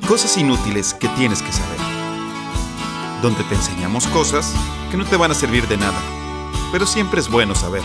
Cosas inútiles que tienes que saber. Donde te enseñamos cosas que no te van a servir de nada, pero siempre es bueno saber.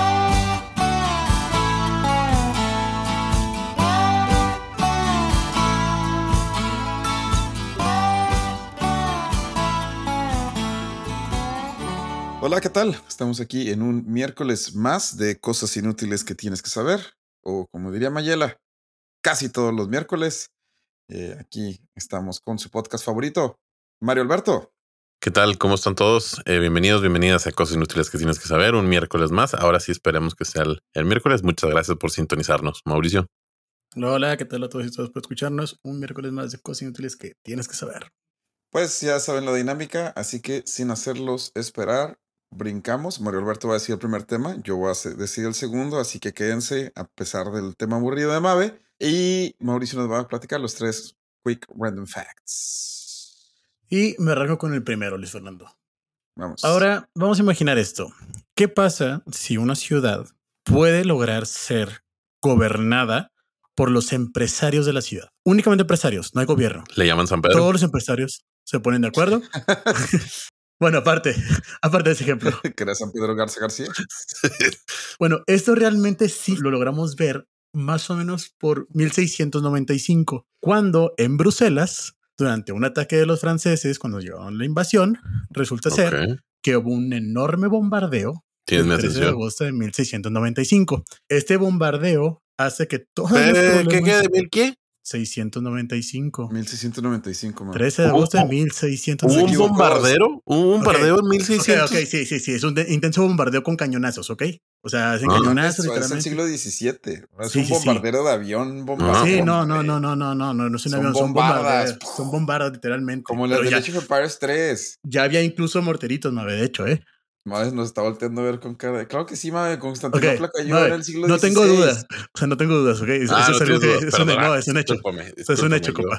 Hola, ¿qué tal? Estamos aquí en un miércoles más de cosas inútiles que tienes que saber, o como diría Mayela, casi todos los miércoles. Aquí estamos con su podcast favorito, Mario Alberto. ¿Qué tal? ¿Cómo están todos? Bienvenidos, bienvenidas a Cosas Inútiles que tienes que saber. Un miércoles más. Ahora sí esperemos que sea el miércoles. Muchas gracias por sintonizarnos, Mauricio. Hola, ¿qué tal a todos y todas por escucharnos? Un miércoles más de Cosas Inútiles que tienes que saber. Pues ya saben la dinámica, así que sin hacerlos esperar, brincamos. Mario Alberto va a decir el primer tema, yo voy a decir el segundo, así que quédense a pesar del tema aburrido de Mave. Y Mauricio nos va a platicar los 3 Quick Random Facts. Y me arranco con el primero, Luis Fernando. Vamos. Ahora, vamos a imaginar esto. ¿Qué pasa si una ciudad puede lograr ser gobernada por los empresarios de la ciudad? Únicamente empresarios, no hay gobierno. ¿Le llaman San Pedro? Todos los empresarios se ponen de acuerdo. Bueno, aparte de ese ejemplo. ¿Que era San Pedro Garza García? Bueno, esto realmente sí lo logramos ver más o menos por 1695, cuando en Bruselas, durante un ataque de los franceses, cuando llegaron la invasión, resulta ser que hubo un enorme bombardeo el 13 de agosto de 1695. Este bombardeo hace que todos los problemas... ¿Qué? 695. 1695, man. 13 de agosto de 1695. ¿Hubo un bombardeo? ¿Hubo un bombardeo en 1600? Ok, sí. Es un intenso bombardeo con cañonazos, ¿ok? O sea, hacen cañonazos literalmente. Es el siglo XVII. No es un bombardero de avión. Sí, no es un avión. Son bombardas, literalmente. Como las de Age of Empires 3. Ya había incluso morteritos, Mabe, de hecho, Mabe nos está volteando a ver con cara de... Claro que sí, Mabe, Constantinopla cayó en el siglo XVI. No tengo dudas. O sea, no tengo dudas, ¿ok? Eso es algo que... es un hecho. Eso es un hecho, compa.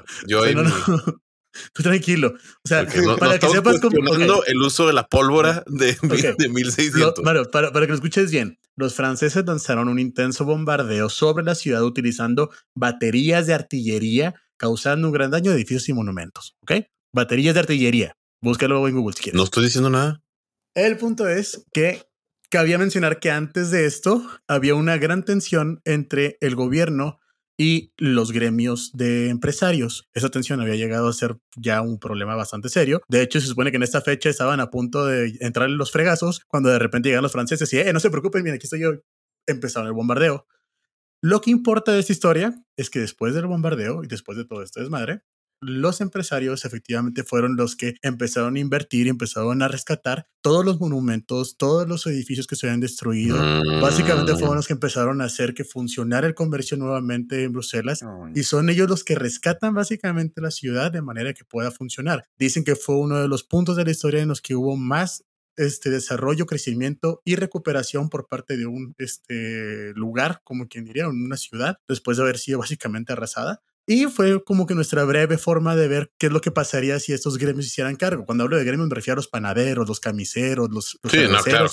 Tú tranquilo. O sea, para que sepas cómo... el uso de la pólvora de 1600. Para que lo escuches bien. Los franceses lanzaron un intenso bombardeo sobre la ciudad utilizando baterías de artillería, causando un gran daño a edificios y monumentos, ¿ok? Baterías de artillería. Búscalo en Google si quieres. No estoy diciendo nada. El punto es que cabía mencionar que antes de esto había una gran tensión entre el gobierno y los gremios de empresarios. Esa tensión había llegado a ser ya un problema bastante serio. De hecho, se supone que en esta fecha estaban a punto de entrar en los fregazos cuando de repente llegan los franceses y no se preocupen, bien, aquí estoy yo. Empezaron el bombardeo. Lo que importa de esta historia es que después del bombardeo y después de todo este desmadre, los empresarios efectivamente fueron los que empezaron a invertir y empezaron a rescatar todos los monumentos, todos los edificios que se habían destruido. Básicamente fueron los que empezaron a hacer que funcionara el comercio nuevamente en Bruselas y son ellos los que rescatan básicamente la ciudad de manera que pueda funcionar. Dicen que fue uno de los puntos de la historia en los que hubo más desarrollo, crecimiento y recuperación por parte de un lugar, como quien diría, una ciudad, después de haber sido básicamente arrasada. Y fue como que nuestra breve forma de ver qué es lo que pasaría si estos gremios hicieran cargo. Cuando hablo de gremios me refiero a los panaderos, los camiseros, los claro.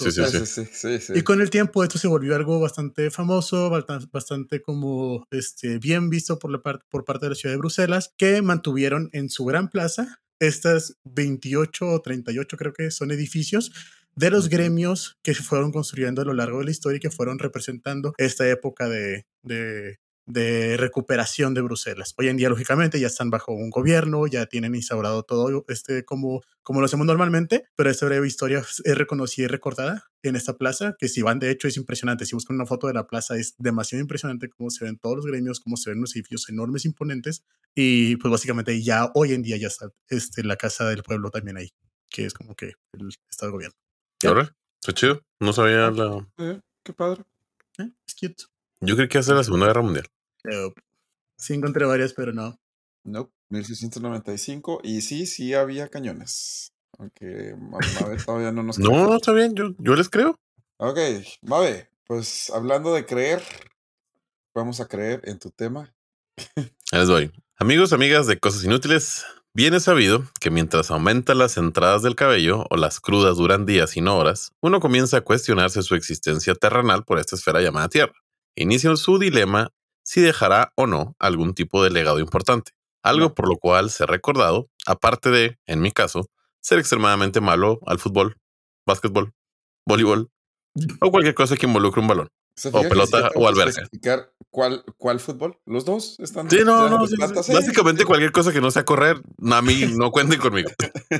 Sí. Y con el tiempo esto se volvió algo bastante famoso, bastante como bien visto por parte de la ciudad de Bruselas, que mantuvieron en su gran plaza estas 28 o 38 creo que son edificios de los gremios que se fueron construyendo a lo largo de la historia y que fueron representando esta época de recuperación de Bruselas. Hoy en día, lógicamente, ya están bajo un gobierno, ya tienen instaurado todo como lo hacemos normalmente, pero esta breve historia es reconocida y recordada en esta plaza, que si van, de hecho, es impresionante. Si buscan una foto de la plaza, es demasiado impresionante cómo se ven todos los gremios, cómo se ven los edificios enormes, imponentes, y pues básicamente ya hoy en día ya está la Casa del Pueblo también ahí, que es como que el estado de gobierno. Ahora, está chido. No sabía qué padre. Es cute. Yo creí que hace la Segunda Guerra Mundial. Sí encontré varias, pero no. No, 1695. Y sí había cañones. Aunque Mave todavía no nos cree. No, está bien, yo les creo. Ok, Mave, pues hablando de creer, vamos a creer en tu tema. Ahí les voy. Amigos, amigas de Cosas Inútiles, bien es sabido que mientras aumentan las entradas del cabello o las crudas duran días y no horas, uno comienza a cuestionarse su existencia terrenal por esta esfera llamada Tierra. Inicia su dilema si dejará o no algún tipo de legado importante. Algo No. por lo cual ser recordado, aparte de, en mi caso, ser extremadamente malo al fútbol, básquetbol, voleibol o cualquier cosa que involucre un balón, Se o fija que ni siquiera pelota tengo o que alberca. especificar cuál fútbol. Los dos están Sí, no, ya no, de sí, sí. planta. Sí, Básicamente sí. cualquier cosa que no sea correr, a mí no cuenten conmigo.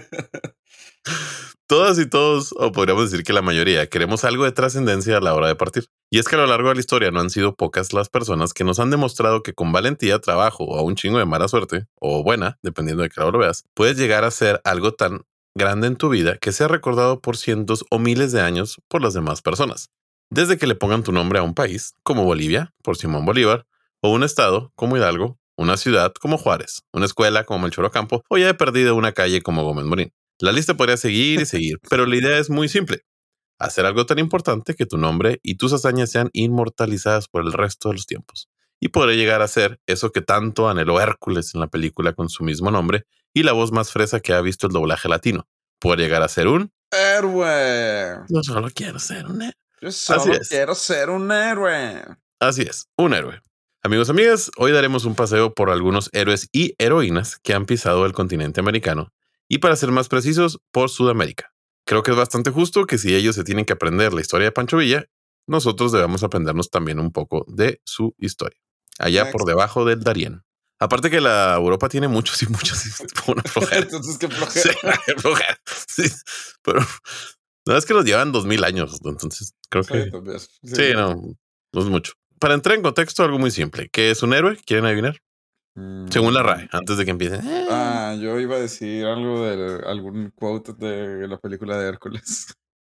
Todas y todos, o podríamos decir que la mayoría, queremos algo de trascendencia a la hora de partir. Y es que a lo largo de la historia no han sido pocas las personas que nos han demostrado que con valentía, trabajo o un chingo de mala suerte, o buena, dependiendo de que lado lo veas, puedes llegar a ser algo tan grande en tu vida que sea recordado por cientos o miles de años por las demás personas. Desde que le pongan tu nombre a un país, como Bolivia, por Simón Bolívar, o un estado, como Hidalgo, una ciudad, como Juárez, una escuela, como Melchor Ocampo, o ya he perdido una calle, como Gómez Morín. La lista podría seguir y seguir, pero la idea es muy simple. Hacer algo tan importante que tu nombre y tus hazañas sean inmortalizadas por el resto de los tiempos. Y podré llegar a ser eso que tanto anheló Hércules en la película con su mismo nombre y la voz más fresa que ha visto el doblaje latino. Podré llegar a ser un... Héroe. Yo solo quiero ser un héroe. Yo Así solo es, quiero ser un héroe. así es, un héroe. Amigos, amigas, hoy daremos un paseo por algunos héroes y heroínas que han pisado el continente americano y, para ser más precisos, por Sudamérica. Creo que es bastante justo que si ellos se tienen que aprender la historia de Pancho Villa, nosotros debemos aprendernos también un poco de su historia, allá por debajo del Darién. Aparte que la Europa tiene muchos y muchos, una flojera. Entonces, qué Sí, flojera. qué flojera. Sí, pero no es que nos llevan 2000 años, entonces creo Sí, que también. sí, Sí. no, no es mucho. Para entrar en contexto, algo muy simple. ¿Qué es un héroe? ¿Quieren adivinar? Según la RAE, antes de que empiecen. Yo iba a decir algo de algún quote de la película de Hércules.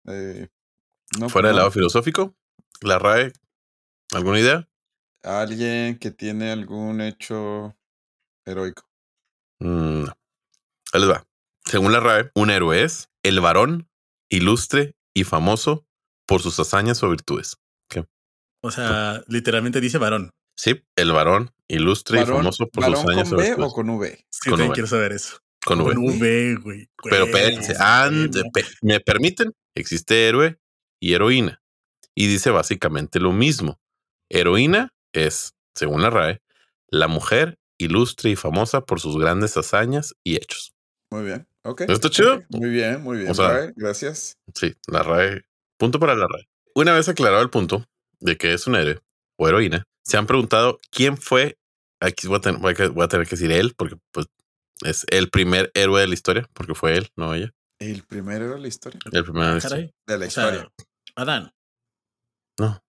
No, pues Fuera del no. lado filosófico, la RAE, ¿alguna idea? Alguien que tiene algún hecho heroico. No. Ahí les va. Según la RAE, un héroe es el varón ilustre y famoso por sus hazañas o virtudes. ¿Qué? O sea, literalmente dice varón. Sí, el varón ilustre y famoso por sus ¿Varón hazañas con o B o virtudes. con V? Sí, Con también V. quiero saber eso. Con V. Con V, güey. Pero Güey, espérense, ¿me permiten? Existe héroe y heroína. Y dice básicamente lo mismo. Heroína es, según la RAE, la mujer ilustre y famosa por sus grandes hazañas y hechos. Muy bien. Ok. ¿Esto está Ok. chido? Muy O bien, sea, Rae. Gracias. sí, la RAE. Punto para la RAE. Una vez aclarado el punto de que es un héroe o heroína, se han preguntado quién fue. Aquí voy a tener que decir él, porque pues, es el primer héroe de la historia, porque fue él, no ella. El primero de la historia. El primero de la historia. Caray. De la O sea, historia. Adán. No.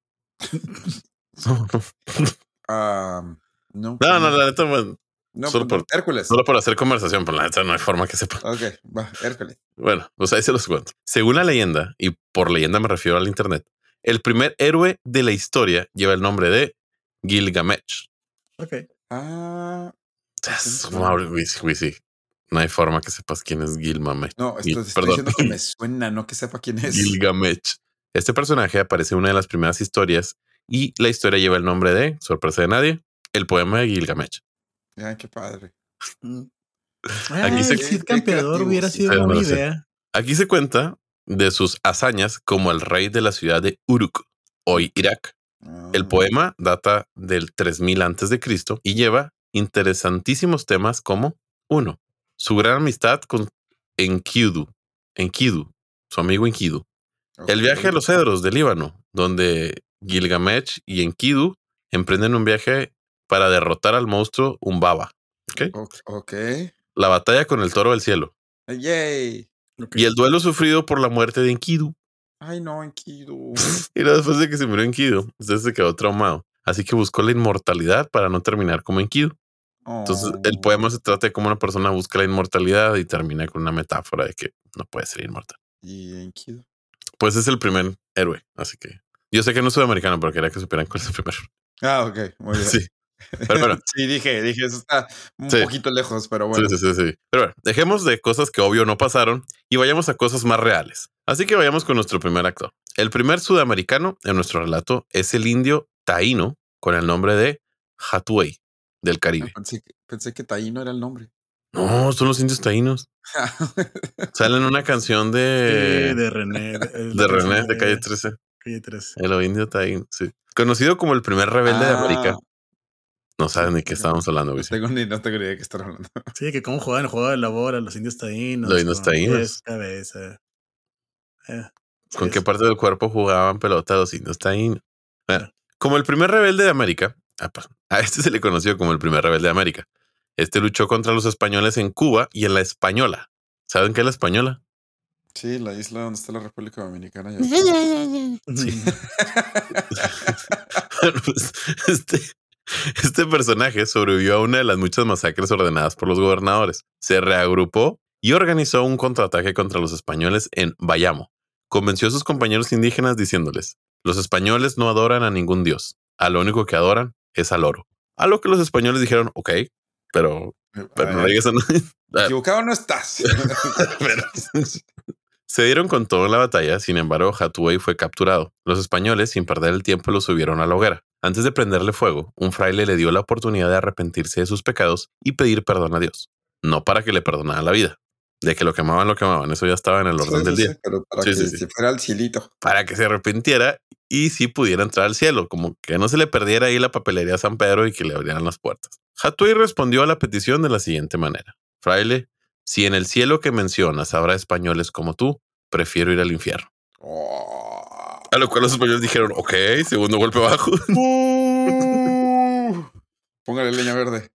No, no. No. No, la neta, No, solo pues no. Hércules. solo por hacer conversación, pero la neta no hay forma que sepa. Ok, va, Hércules. Bueno, pues ahí se los cuento. Según la leyenda, y por leyenda me refiero al internet, el primer héroe de la historia lleva el nombre de Gilgamesh. Ok. Sí. No hay forma que sepas quién es Gilgamesh. No, estoy Perdón, diciendo que me suena, no que sepa quién es. Gilgamesh. Este personaje aparece en una de las primeras historias y la historia lleva el nombre de, sorpresa de nadie, el poema de Gilgamesh. Ay, qué padre. Aquí se- El Cid Qué Campeador creativo, hubiera sí. sido Sí, una buena no sé. idea. Aquí se cuenta de sus hazañas como el rey de la ciudad de Uruk, hoy Irak. El poema data del 3000 antes de Cristo y lleva interesantísimos temas como 1. Su gran amistad con Enkidu, su amigo Enkidu. El viaje a los cedros del Líbano, donde Gilgamesh y Enkidu emprenden un viaje para derrotar al monstruo Umbaba. ¿Okay? Ok. La batalla con el toro del cielo. Yay. Y el duelo sufrido por la muerte de Enkidu. Ay, no, Enkidu. Y luego, después de que se murió Enkidu, usted se quedó traumado. Así que buscó la inmortalidad para no terminar como Enkidu. Entonces, el poema se trata de cómo una persona busca la inmortalidad y termina con una metáfora de que no puede ser inmortal. ¿Y Enkidu? Pues es el primer héroe. Así que yo sé que no es sudamericano, pero quería que supieran cuál es el primero. Ok, muy bien. Sí. Pero bueno. Sí, dije, eso está un poquito lejos, pero bueno. Sí. Pero bueno, dejemos de cosas que obvio no pasaron y vayamos a cosas más reales. Así que vayamos con nuestro primer actor. El primer sudamericano en nuestro relato es el indio taíno con el nombre de Hatuey del Caribe. Pensé que Taíno era el nombre. No, son los indios taínos. Salen una canción de René. De René de Calle 13. Calle 13. El indio taíno, sí. Conocido como el primer rebelde de América. No saben de qué estábamos hablando, güey. No tengo ni idea de qué están hablando. Sí, que cómo jugaban el juego de la bola, los indios taínos. Los indios taínos. Cabeza. ¿Con qué parte del cuerpo jugaban pelota los indios taínos? Como el primer rebelde de América, a este se le conoció como el primer rebelde de América. Este luchó contra los españoles en Cuba y en la Española. ¿Saben qué es la Española? Sí, la isla donde está la República Dominicana. Sí. Pues, este personaje sobrevivió a una de las muchas masacres ordenadas por los gobernadores. Se reagrupó y organizó un contraataque contra los españoles en Bayamo. Convenció a sus compañeros indígenas diciéndoles: los españoles no adoran a ningún dios. A lo único que adoran es al oro. A lo que los españoles dijeron: ok, pero no digas a nadie. Equivocado no estás. Se dieron con todo en la batalla, sin embargo, Hatuey fue capturado. Los españoles, sin perder el tiempo, lo subieron a la hoguera. Antes de prenderle fuego, un fraile le dio la oportunidad de arrepentirse de sus pecados y pedir perdón a Dios. No para que le perdonara la vida. De que lo quemaban. Eso ya estaba en el orden del día. Pero para que se fuera al cielito. Para que se arrepintiera y sí pudiera entrar al cielo, como que no se le perdiera ahí la papelería a San Pedro y que le abrieran las puertas. Hatuey respondió a la petición de la siguiente manera: fraile, si en el cielo que mencionas habrá españoles como tú, prefiero ir al infierno. A lo cual los españoles dijeron: ok, segundo golpe bajo. Póngale leña verde.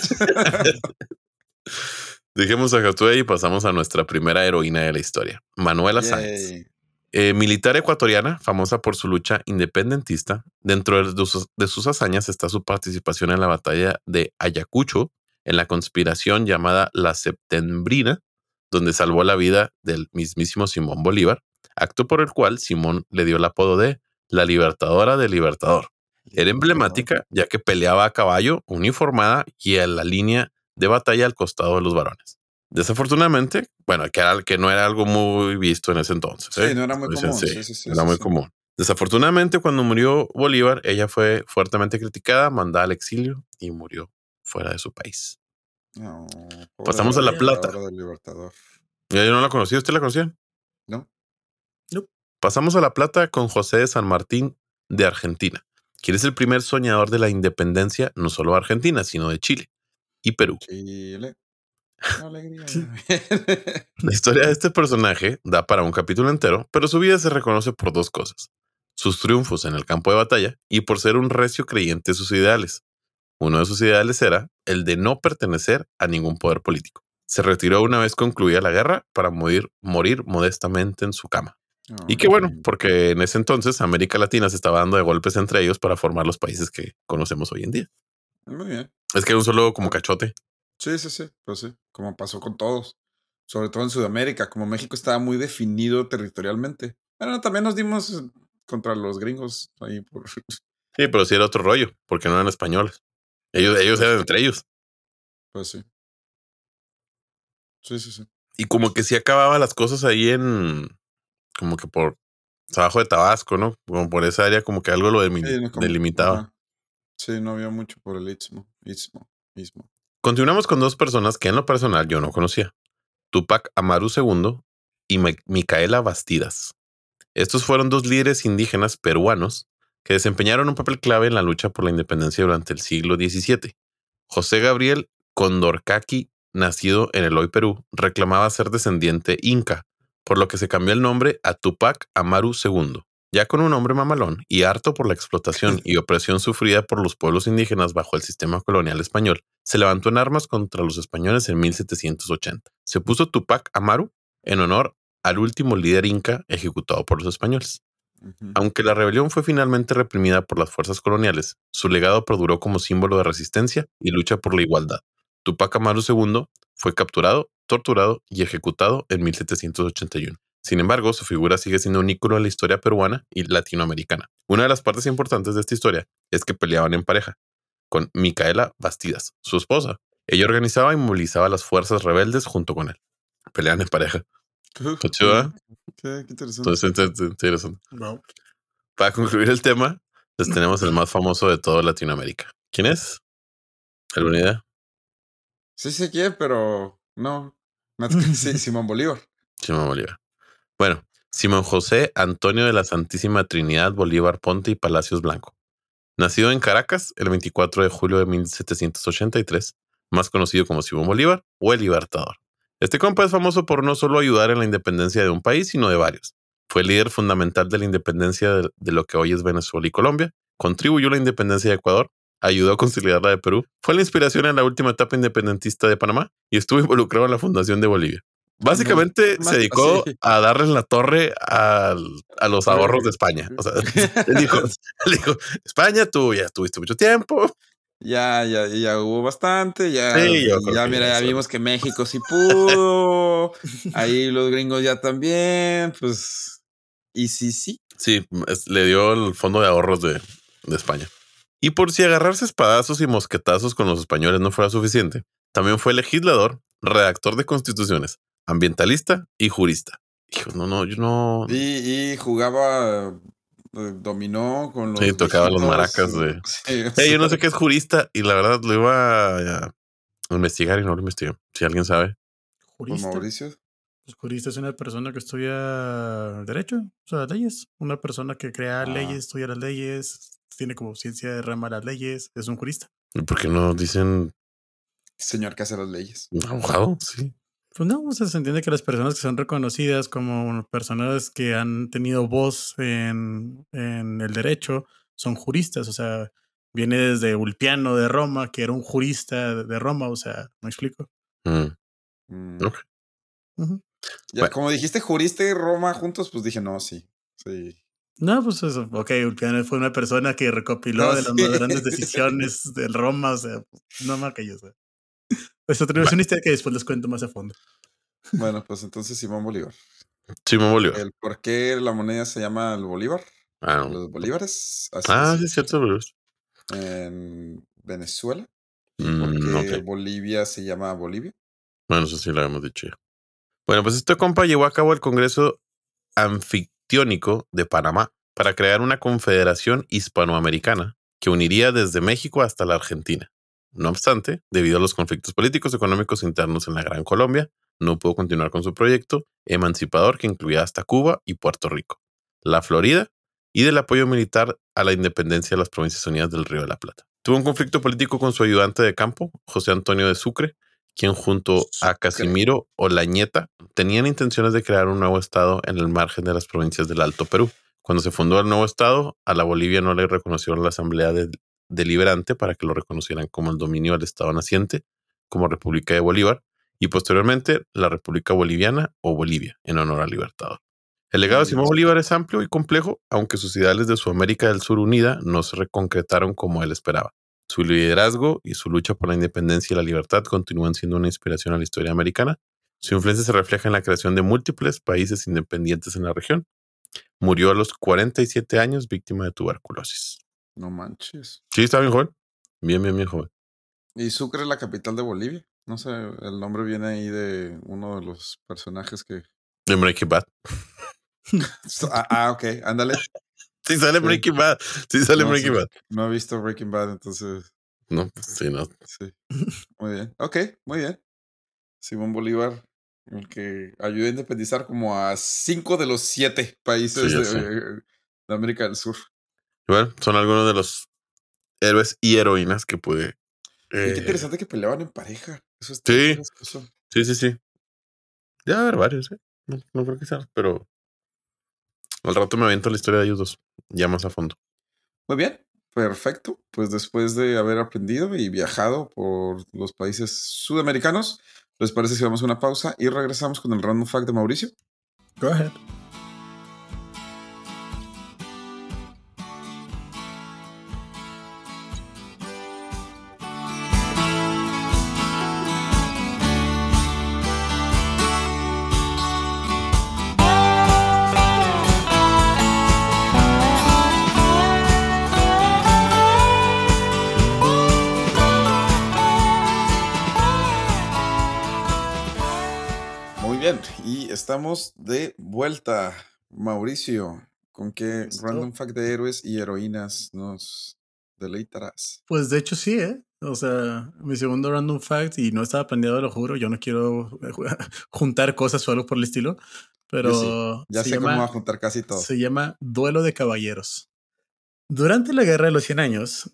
Dejemos a Hatuey y pasamos a nuestra primera heroína de la historia, Manuela Sáenz. Militar ecuatoriana, famosa por su lucha independentista. Dentro de sus hazañas está su participación en la batalla de Ayacucho, en la conspiración llamada la Septembrina, donde salvó la vida del mismísimo Simón Bolívar, acto por el cual Simón le dio el apodo de la Libertadora del Libertador. Era emblemática ya que peleaba a caballo, uniformada y en la línea de batalla al costado de los varones. Desafortunadamente, que no era algo muy visto en ese entonces. Sí, no era muy común. Sí, era muy común. Desafortunadamente, cuando murió Bolívar, ella fue fuertemente criticada, mandada al exilio y murió fuera de su país. No, pasamos a La Plata. Del Libertador. Yo no la conocí. ¿Usted la conocía? No. Pasamos a La Plata con José de San Martín de Argentina, quien es el primer soñador de la independencia, no solo de Argentina, sino de Chile y Perú. Chile. Alegría. La historia de este personaje da para un capítulo entero, pero su vida se reconoce por dos cosas: sus triunfos en el campo de batalla y por ser un recio creyente de sus ideales. Uno de sus ideales era el de no pertenecer a ningún poder político. Se retiró una vez concluida la guerra para morir modestamente en su cama. Y qué bueno, porque en ese entonces América Latina se estaba dando de golpes entre ellos para formar los países que conocemos hoy en día. Muy bien. Es que era un solo como cachote. Sí, pues sí, como pasó con todos, sobre todo en Sudamérica, como México estaba muy definido territorialmente. Bueno, también nos dimos contra los gringos ahí por... Sí, pero sí era otro rollo, porque no eran españoles. Ellos eran entre ellos. Pues sí. Sí. Y como que sí acababa las cosas ahí como que por abajo de Tabasco, ¿no? Como por esa área, como que algo lo delimitaba. Ajá. Sí, no había mucho por el istmo. Continuamos con dos personas que en lo personal yo no conocía: Tupac Amaru II y Micaela Bastidas. Estos fueron dos líderes indígenas peruanos que desempeñaron un papel clave en la lucha por la independencia durante el siglo XVII. José Gabriel Condorcaqui, nacido en el hoy Perú, reclamaba ser descendiente inca, por lo que se cambió el nombre a Tupac Amaru II. Ya con un nombre mamalón y harto por la explotación y opresión sufrida por los pueblos indígenas bajo el sistema colonial español, se levantó en armas contra los españoles en 1780. Se puso Tupac Amaru en honor al último líder inca ejecutado por los españoles. Aunque la rebelión fue finalmente reprimida por las fuerzas coloniales, su legado perduró como símbolo de resistencia y lucha por la igualdad. Tupac Amaru II fue capturado, torturado y ejecutado en 1781. Sin embargo, su figura sigue siendo un ícono de la historia peruana y latinoamericana. Una de las partes importantes de esta historia es que peleaban en pareja, con Micaela Bastidas, su esposa. Ella organizaba y movilizaba las fuerzas rebeldes junto con él. Peleaban en pareja. Qué interesante. Entonces, interesante. No. Para concluir el tema, pues tenemos el más famoso de toda Latinoamérica. ¿Quién es? ¿Alguna idea? Sí sé quién, pero no. Sí, Simón Bolívar. Simón Bolívar. Bueno, Simón José Antonio de la Santísima Trinidad Bolívar Ponte y Palacios Blanco. Nacido en Caracas el 24 de julio de 1783, más conocido como Simón Bolívar o el Libertador. Este compa es famoso por no solo ayudar en la independencia de un país, sino de varios. Fue el líder fundamental de la independencia de lo que hoy es Venezuela y Colombia, contribuyó a la independencia de Ecuador, ayudó a conciliar la de Perú, fue la inspiración en la última etapa independentista de Panamá y estuvo involucrado en la fundación de Bolivia. Básicamente se dedicó a darles la torre a los ahorros de España. O sea, él dijo, España, tú ya tuviste mucho tiempo. Ya hubo bastante, ya mira, ya vimos que México sí pudo, ahí los gringos ya también, pues, y sí. Sí, le dio el fondo de ahorros de España. Y por si agarrarse espadazos y mosquetazos con los españoles no fuera suficiente, también fue legislador, redactor de constituciones, ambientalista y jurista. Hijo, yo no... Y jugaba... dominó con los... Sí, tocaba los maracas de... Sí, yo no sé qué es jurista y la verdad lo iba a investigar y no lo investigué. Si alguien sabe. ¿Jurista? Mauricio. Pues jurista es una persona que estudia derecho, o sea, leyes. Una persona que crea leyes, estudia las leyes, tiene como ciencia de rama las leyes, es un jurista. ¿Y por qué no dicen... Señor que hace las leyes? ¿Un abogado? Sí. Pues no, o sea, se entiende que las personas que son reconocidas como personas que han tenido voz en el derecho son juristas, o sea, viene desde Ulpiano de Roma, que era un jurista de Roma, o sea, ¿me explico? Okay. Ya, bueno. Como dijiste jurista y Roma juntos, pues dije, no, sí. No, pues eso, ok, Ulpiano fue una persona que recopiló de las más grandes decisiones del Roma, o sea, no me aquello, o sea. Eso tenemos una historia que después les cuento más a fondo. Bueno, pues entonces Simón Bolívar. Simón Bolívar. ¿El por qué la moneda se llama el Bolívar? Los bolívares. Sí, es cierto. En Venezuela. ¿Y por qué Bolivia se llama Bolivia? Bueno, eso sí lo habíamos dicho ya. Bueno, pues este compa llevó a cabo el Congreso Anfictiónico de Panamá para crear una confederación hispanoamericana que uniría desde México hasta la Argentina. No obstante, debido a los conflictos políticos y económicos internos en la Gran Colombia, no pudo continuar con su proyecto emancipador que incluía hasta Cuba y Puerto Rico, la Florida y del apoyo militar a la independencia de las Provincias Unidas del Río de la Plata. Tuvo un conflicto político con su ayudante de campo, José Antonio de Sucre, quien junto a Casimiro Olañeta tenían intenciones de crear un nuevo estado en el margen de las provincias del Alto Perú. Cuando se fundó el nuevo estado, a la Bolivia no le reconocieron la Asamblea Deliberante para que lo reconocieran como el dominio del estado naciente, como República de Bolívar, y posteriormente la República Boliviana o Bolivia, en honor al Libertador. El legado de Simón Bolívar es amplio y complejo, aunque sus ideales de su América del Sur unida no se reconcretaron como él esperaba. Su liderazgo y su lucha por la independencia y la libertad continúan siendo una inspiración a la historia americana. Su influencia se refleja en la creación de múltiples países independientes en la región. Murió a los 47 años víctima de tuberculosis. No manches. Sí, está bien joven. Bien joven. ¿Y Sucre es la capital de Bolivia? No sé, el nombre viene ahí de uno de los personajes que... De Breaking Bad. Ok, ándale. Sí sale Breaking Bad. Sí sale Breaking Bad. No he visto Breaking Bad, entonces... No, pues sí, no. Sí. Muy bien. Ok, muy bien. Simón Bolívar, el que ayudó a independizar como a 5 de los 7 países de América del Sur. Bueno, son algunos de los héroes y heroínas que pude... Y qué interesante que peleaban en pareja. Eso es Sí. Ya haber varios, ¿eh? No creo que sea, pero al rato me avento la historia de ellos dos, ya más a fondo. Muy bien, perfecto. Pues después de haber aprendido y viajado por los países sudamericanos, ¿les parece si vamos a una pausa y regresamos con el Random Fact de Mauricio? Go ahead. Y estamos de vuelta, Mauricio. ¿Con qué Random Fact de héroes y heroínas nos deleitarás? Pues de hecho sí, ¿eh? O sea, mi segundo Random Fact, y no estaba planeado, lo juro, yo no quiero juntar cosas o algo por el estilo, pero ya sé cómo va a juntar casi todo. Se llama Duelo de Caballeros. Durante la Guerra de los 100 Años,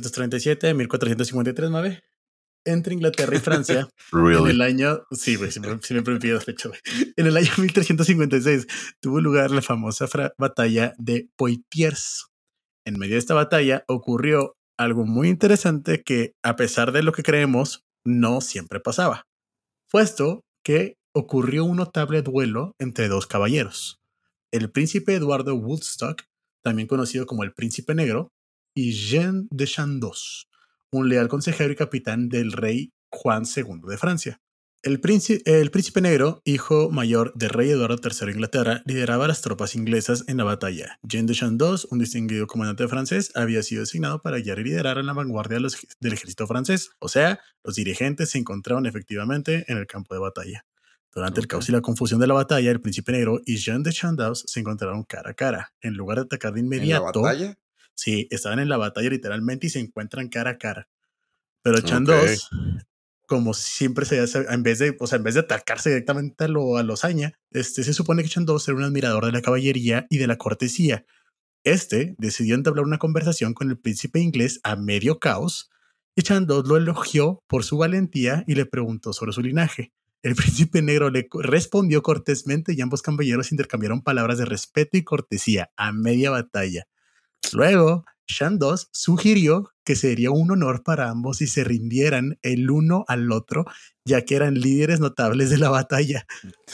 1337-1453, Mabe, entre Inglaterra y Francia, en Really? el año, sí, güey, siempre me pido fecha, güey. En el año 1356 tuvo lugar la famosa batalla de Poitiers. En medio de esta batalla ocurrió algo muy interesante que, a pesar de lo que creemos, no siempre pasaba. Fue esto que ocurrió un notable duelo entre dos caballeros. El príncipe Eduardo Woodstock, también conocido como el Príncipe Negro, y Jean de Chandos, un leal consejero y capitán del rey Juan II de Francia. El príncipe negro, hijo mayor del rey Eduardo III de Inglaterra, lideraba las tropas inglesas en la batalla. Jean de Chandos, un distinguido comandante francés, había sido designado para guiar y liderar en la vanguardia del ejército francés. O sea, los dirigentes se encontraban efectivamente en el campo de batalla. Durante el caos y la confusión de la batalla, el príncipe negro y Jean de Chandos se encontraron cara a cara. En lugar de atacar de ¿En la inmediato, batalla? sí, estaban en la batalla literalmente y se encuentran cara a cara. Pero Ok. Chandos, como siempre se hace, en vez de atacarse directamente a los Aña, se supone que Chandos era un admirador de la caballería y de la cortesía. Decidió entablar una conversación con el príncipe inglés a medio caos, y Chandos lo elogió por su valentía y le preguntó sobre su linaje. El príncipe negro le respondió cortésmente y ambos caballeros intercambiaron palabras de respeto y cortesía a media batalla. Luego, Chandos sugirió que sería un honor para ambos si se rindieran el uno al otro, ya que eran líderes notables de la batalla.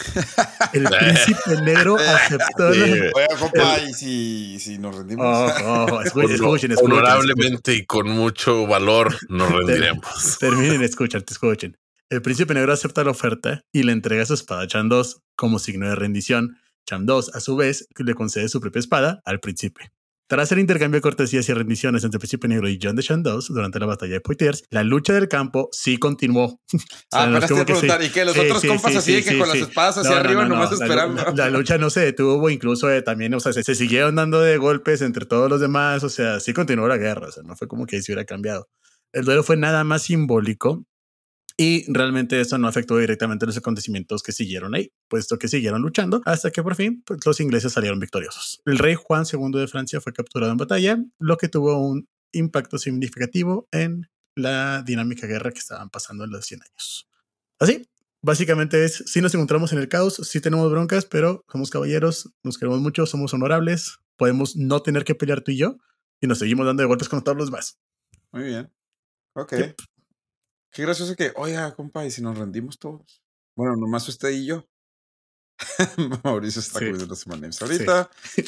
El príncipe negro aceptó. Sí, Oiga, compa, ¿y si nos rendimos? Escuchen. Honorablemente y con mucho valor nos rendiremos. Escuchen. El príncipe negro acepta la oferta y le entrega su espada a Chandos como signo de rendición. Chandos, a su vez, le concede su propia espada al príncipe. Tras el intercambio de cortesías y rendiciones entre el príncipe negro y John de Chandos durante la batalla de Poitiers, la lucha del campo sí continuó. Apenas te iba a preguntar, ¿y qué? Los otros compas así que con las espadas hacia arriba nomás esperando. La lucha no se detuvo, incluso también, se siguieron dando de golpes entre todos los demás, sí continuó la guerra, no fue como que se hubiera cambiado. El duelo fue nada más simbólico y realmente esto no afectó directamente los acontecimientos que siguieron ahí, puesto que siguieron luchando hasta que por fin los ingleses salieron victoriosos. El rey Juan II de Francia fue capturado en batalla, lo que tuvo un impacto significativo en la dinámica guerra que estaban pasando en los 100 años. Así, básicamente si nos encontramos en el caos, sí tenemos broncas, pero somos caballeros, nos queremos mucho, somos honorables, podemos no tener que pelear tú y yo, y nos seguimos dando de golpes con todos los demás. Muy bien. Ok. Yep. Qué gracioso que, oiga, compa, ¿y si nos rendimos todos? Bueno, nomás usted y yo. Mauricio está comiendo los M&M's ahorita. Sí.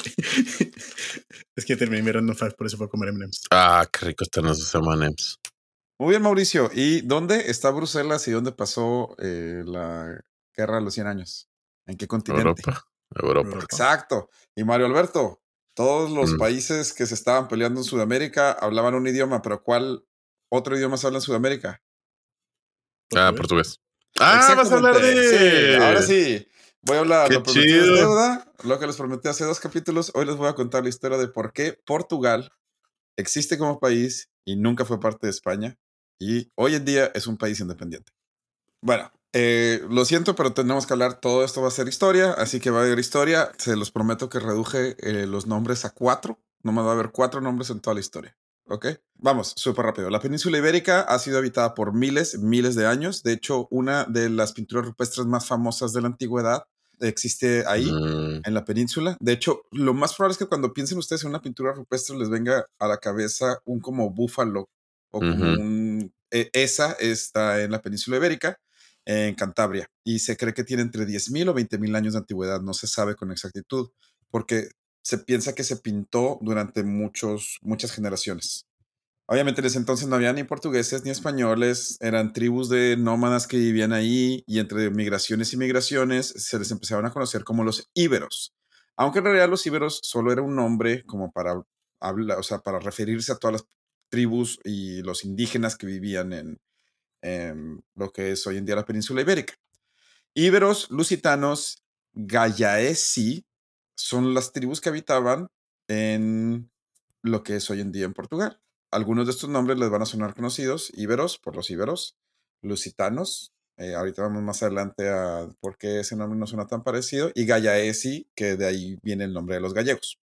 Es que terminé mi random fact, por eso fue a comer M&M's. Ah, qué rico están esos M&M's. Muy bien, Mauricio. ¿Y dónde está Bruselas y dónde pasó la guerra de los 100 años? ¿En qué continente? Europa. Exacto. Y Mario Alberto, todos los países que se estaban peleando en Sudamérica hablaban un idioma, pero ¿cuál otro idioma se habla en Sudamérica? Portugués. Vas a hablar de... Sí, ahora sí. Voy a hablar. Qué Lo prometido es chido. deuda. Lo que les prometí hace 2 capítulos. Hoy les voy a contar la historia de por qué Portugal existe como país y nunca fue parte de España. Y hoy en día es un país independiente. Bueno, lo siento, pero tenemos que hablar. Todo esto va a ser historia, así que va a haber historia. Se los prometo que reduje los nombres a 4. Nomás va a haber 4 nombres en toda la historia. ¿Ok? Vamos, súper rápido. La península ibérica ha sido habitada por miles de años. De hecho, una de las pinturas rupestres más famosas de la antigüedad existe ahí, en la península. De hecho, lo más probable es que cuando piensen ustedes en una pintura rupestre les venga a la cabeza un como búfalo o como un... esa está en la península ibérica, en Cantabria, y se cree que tiene entre 10,000 o 20,000 años de antigüedad. No se sabe con exactitud, porque se piensa que se pintó durante muchas generaciones. Obviamente en ese entonces no había ni portugueses ni españoles, eran tribus de nómadas que vivían ahí, y entre migraciones y migraciones se les empezaron a conocer como los íberos. Aunque en realidad los íberos solo era un nombre como para hablar, o sea, para referirse a todas las tribus y los indígenas que vivían en lo que es hoy en día la península ibérica. Íberos, lusitanos, gallaesi son las tribus que habitaban en lo que es hoy en día en Portugal. Algunos de estos nombres les van a sonar conocidos: íberos, por los íberos; lusitanos, ahorita vamos más adelante a por qué ese nombre no suena tan parecido; y gallaesi, que de ahí viene el nombre de los gallegos.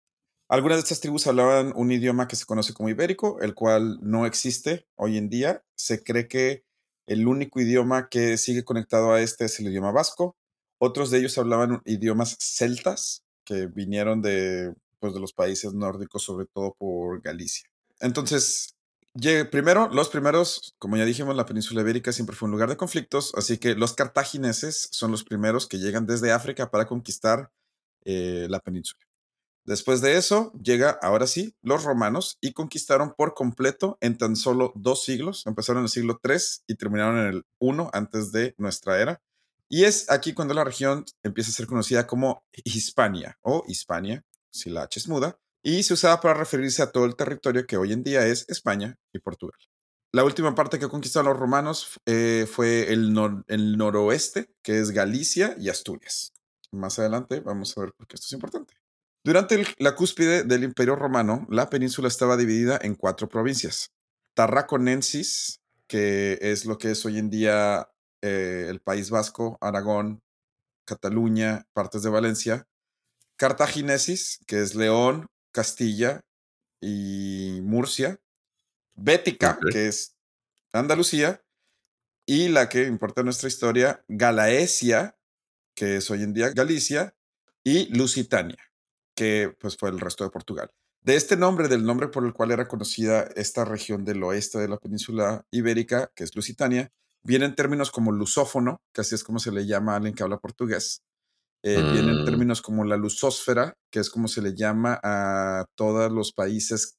Algunas de estas tribus hablaban un idioma que se conoce como ibérico, el cual no existe hoy en día. Se cree que el único idioma que sigue conectado a este es el idioma vasco. Otros de ellos hablaban idiomas celtas que vinieron pues, de los países nórdicos, sobre todo por Galicia. Entonces, los primeros, como ya dijimos, la península ibérica siempre fue un lugar de conflictos, así que los cartagineses son los primeros que llegan desde África para conquistar la península. Después de eso, llega ahora sí los romanos y conquistaron por completo en tan solo 2 siglos. Empezaron en el siglo 3 y terminaron en el 1 antes de nuestra era. Y es aquí cuando la región empieza a ser conocida como Hispania o Hispania, si la H es muda, y se usaba para referirse a todo el territorio que hoy en día es España y Portugal. La última parte que conquistaron los romanos fue el noroeste, que es Galicia y Asturias. Más adelante vamos a ver por qué esto es importante. Durante la cúspide del Imperio Romano, la península estaba dividida en 4 provincias. Tarraconensis, que es lo que es hoy en día el País Vasco, Aragón, Cataluña, partes de Valencia. Cartaginesis, que es León, Castilla y Murcia. Bética, Ok. que es Andalucía. Y la que importa en nuestra historia, Galaesia, que es hoy en día Galicia, y Lusitania, que pues fue el resto de Portugal. De este nombre, del nombre por el cual era conocida esta región del oeste de la península ibérica, que es Lusitania, vienen términos como lusófono, que así es como se le llama a alguien que habla portugués. Vienen Mm, términos como la lusósfera, que es como se le llama a todos los países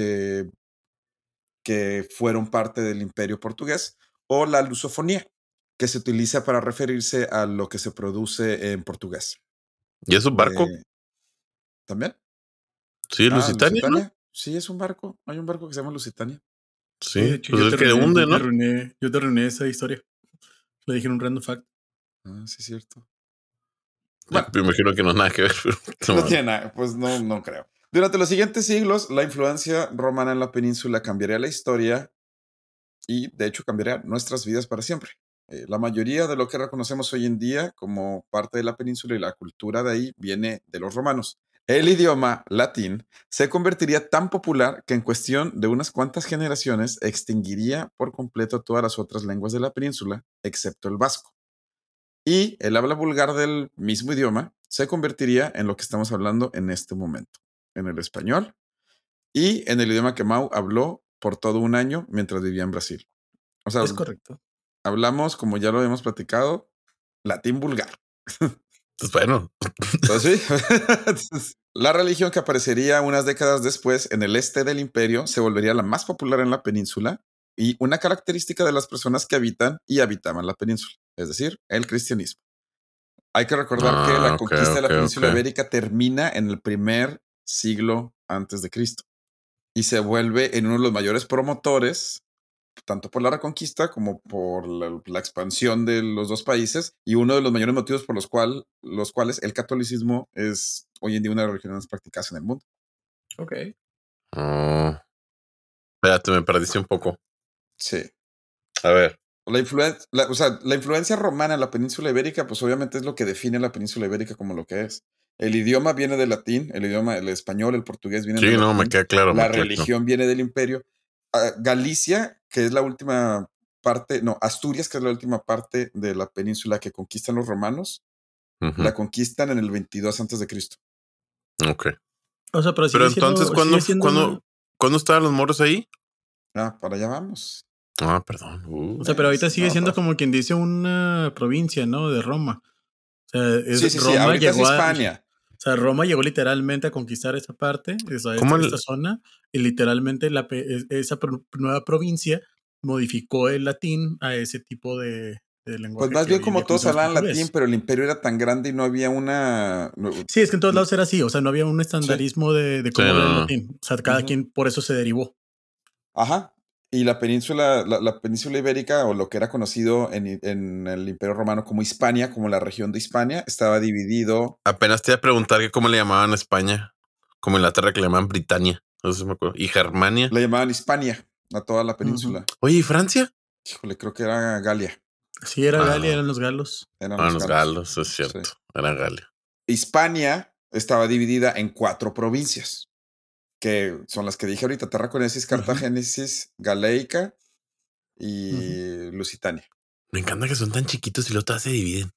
que fueron parte del imperio portugués, o la lusofonía, que se utiliza para referirse a lo que se produce en portugués. ¿Y es un barco? ¿También? Sí, Ah, Lusitania, ¿no? Lusitania. Sí, es un barco. Hay un barco que se llama Lusitania. Sí, de Sí, hecho, pues el que hunde, ¿no? yo te arruiné esa historia. Le dije en un random fact. Ah, sí, es cierto. Yo Bueno, me imagino que no es nada que ver, pero no no mames. tiene nada, pues no creo. Durante los siguientes siglos, la influencia romana en la península cambiaría la historia y, de hecho, cambiaría nuestras vidas para siempre. La mayoría de lo que reconocemos hoy en día como parte de la península y la cultura de ahí viene de los romanos. El idioma latín se convertiría tan popular que en cuestión de unas cuantas generaciones extinguiría por completo todas las otras lenguas de la península, excepto el vasco. Y el habla vulgar del mismo idioma se convertiría en lo que estamos hablando en este momento, en el español y en el idioma que Mau habló por todo un año mientras vivía en Brasil. O sea, Es correcto. hablamos, como ya lo habíamos platicado, latín vulgar. Pues bueno, Entonces, sí. Entonces, la religión que aparecería unas décadas después en el este del imperio se volvería la más popular en la península y una característica de las personas que habitan y habitaban la península, es decir, el cristianismo. Hay que recordar que la ok, conquista de ok, la ok. península ibérica termina en el primer siglo antes de Cristo y se vuelve en uno de los mayores promotores tanto por la reconquista como por la expansión de los dos países y uno de los mayores motivos por los cuales el catolicismo es hoy en día una de las religiones más practicadas en el mundo. Ok. Oh, espérate, me perdiste un poco. Sí. A ver. La influencia romana en la península ibérica, pues obviamente es lo que define la península ibérica como lo que es. El idioma viene del latín, el español, el portugués vienen del Sí, no, me latín, queda claro, me la queda claro. religión viene del imperio. Galicia, que es la última parte, no, Asturias, que es la última parte de la península que conquistan los romanos, Ujú, la conquistan en el 22 antes de Cristo. ok. O sea, pero Pero entonces, sigue siendo una. ¿cuándo estaban los moros ahí? Ah, para allá vamos. Ah, perdón. O sea, pero ahorita sigue No, siendo como quien dice una provincia, ¿no? De Roma. O sea, sí, sí, sí, Roma ahorita es llegó Hispania. o sea, Roma llegó literalmente a conquistar esa parte, ¿Cómo esta zona, y literalmente esa nueva provincia modificó el latín a ese tipo de Pues lenguaje más que bien hoy en día como todos conocemos hablaban latín, portugués. pero el imperio era tan grande y no había una... Sí, es que en todos lados era así, o sea, no había un Sí. estandarismo de Sí, cómo hablar el no. latín. O sea, cada Ujú. quien por eso se derivó. Ajá. Y la península, la península ibérica, o lo que era conocido en el Imperio Romano como Hispania, como la región de Hispania, estaba dividido. Apenas te iba a preguntar que cómo le llamaban a España. Como Inglaterra que le llamaban Britania. No sé si me acuerdo. Y Germania. Le llamaban Hispania a toda la Ujú. península. Oye, ¿y Francia? Híjole, creo que era Galia. Sí, era Ah, Galia, no. eran los galos. Eran Ah, los los galos. galos, es Sí. cierto. Era Galia. Hispania estaba dividida en 4 provincias. que son las que dije ahorita: Tarraconensis, Cartagenesis, Galeica y Lusitania. Me encanta que son tan chiquitos y luego todas se dividen.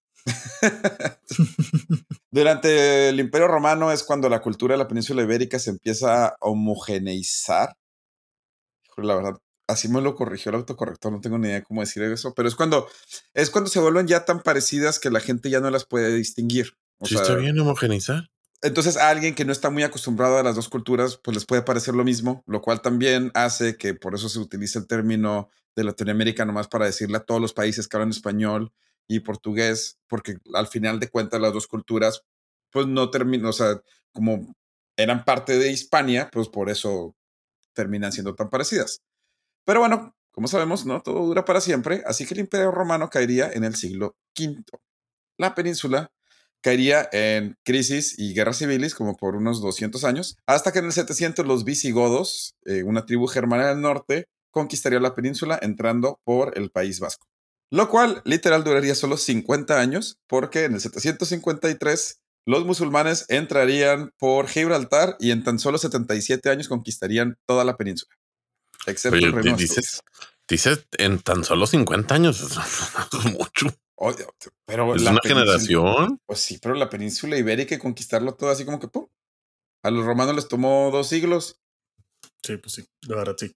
Durante el Imperio Romano es cuando la cultura de la península ibérica se empieza a homogeneizar. La verdad, así me lo corrigió el autocorrector, no tengo ni idea de cómo decir eso, pero es cuando se vuelven ya tan parecidas que la gente ya no las puede distinguir. O Sí, sea, está bien homogeneizar. entonces a alguien que no está muy acostumbrado a las dos culturas, pues les puede parecer lo mismo, lo cual también hace que por eso se utiliza el término de Latinoamérica nomás para decirle a todos los países que hablan español y portugués, porque al final de cuentas las dos culturas, pues no terminan, o sea, como eran parte de Hispania, pues por eso terminan siendo tan parecidas. Pero bueno, como sabemos, no todo dura para siempre, así que el Imperio Romano caería en el siglo V. La península caería en crisis y guerras civiles como por unos 200 años, hasta que en el 700 los visigodos, una tribu germana del norte, conquistaría la península entrando por el País Vasco. Lo cual literal duraría solo 50 años, porque en el 753 los musulmanes entrarían por Gibraltar y en tan solo 77 años conquistarían toda la península, excepto Oye, el reino de Asturias. dices en tan solo 50 años. Es mucho. Oye, pero Es la una península, generación. pues sí, pero la península ibérica y conquistarlo todo así como que ¡pum! A los romanos les tomó 2 siglos. Sí, pues sí, la verdad sí.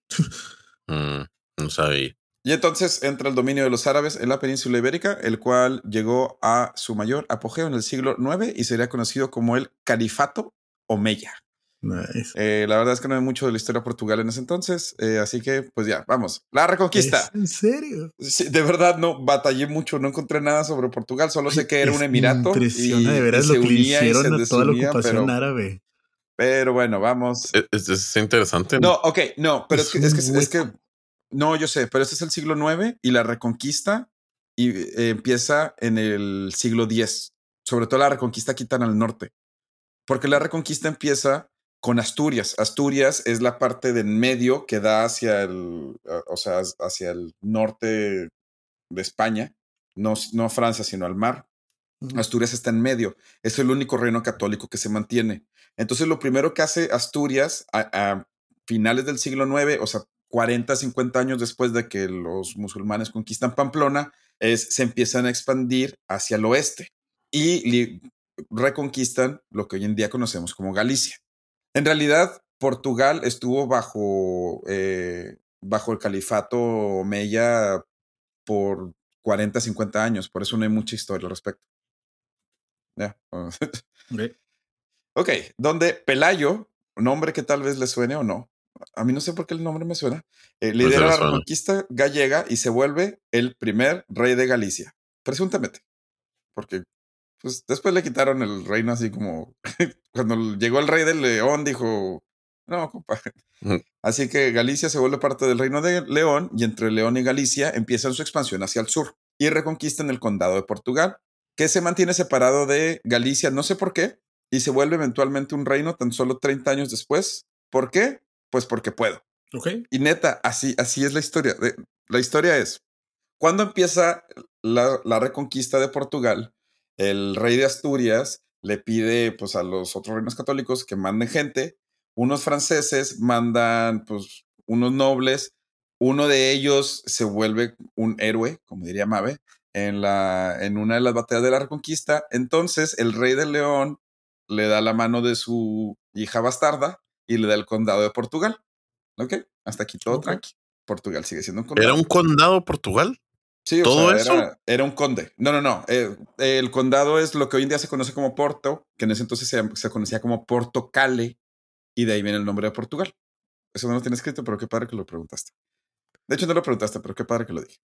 No sabía. Y entonces entra el dominio de los árabes en la península ibérica, el cual llegó a su mayor apogeo en el siglo IX y sería conocido como el Califato Omeya. Nice. La verdad es que no hay mucho de la historia de Portugal en ese entonces, así que pues ya, vamos. La Reconquista. ¿Es en serio? Sí, de verdad no batallé mucho, no encontré nada sobre Portugal, solo sé Ay, que era un me emirato impresiona de y veras se lo que le unía y se hicieron a toda la desunía, ocupación árabe. pero bueno, vamos. Es interesante. No, ok, no, pero Es un hueco. no, yo sé, pero este es el siglo IX y la Reconquista y, empieza en el siglo X. Sobre todo la Reconquista aquí tan al norte, porque la Reconquista empieza con Asturias. Asturias es la parte del medio que da hacia o sea, hacia el norte de España, no a Francia, sino al mar. Asturias está en medio, es el único reino católico que se mantiene. Entonces, lo primero que hace Asturias a finales del siglo IX, o sea, 40, 50 años después de que los musulmanes conquistan Pamplona, se empiezan a expandir hacia el oeste y reconquistan lo que hoy en día conocemos como Galicia. En realidad, Portugal estuvo bajo el califato omeya por 40, 50 años, por eso no hay mucha historia al respecto. Yeah. Okay. Ok, donde Pelayo, nombre que tal vez le suene o no, a mí no sé por qué el nombre me suena, lidera la Suena. reconquista gallega y se vuelve el primer rey de Galicia, presuntamente, porque pues, después le quitaron el reino así como cuando llegó el rey de León dijo, no, compa. Así que Galicia se vuelve parte del reino de León y entre León y Galicia empiezan su expansión hacia el sur y reconquistan el condado de Portugal, que se mantiene separado de Galicia, no sé por qué, y se vuelve eventualmente un reino tan solo 30 años después. ¿Por qué? Pues porque puedo. Okay. Y neta, así es la historia. La historia es, cuando empieza la reconquista de Portugal, el rey de Asturias le pide pues, a los otros reinos católicos que manden gente. Unos franceses mandan pues, unos nobles. Uno de ellos se vuelve un héroe, como diría Mabe, en una de las batallas de la reconquista. Entonces, el rey de León le da la mano de su hija bastarda y le da el condado de Portugal. ¿Ok? Hasta aquí todo tranqui. Portugal sigue siendo un condado. ¿Era un condado Portugal? Sí, o ¿Todo sea, eso? era un conde. No. El condado es lo que hoy en día se conoce como Porto, que en ese entonces se conocía como Portocale, y de ahí viene el nombre de Portugal. Eso no lo tiene escrito, pero qué padre que lo preguntaste. De hecho, no lo preguntaste, pero qué padre que lo dije.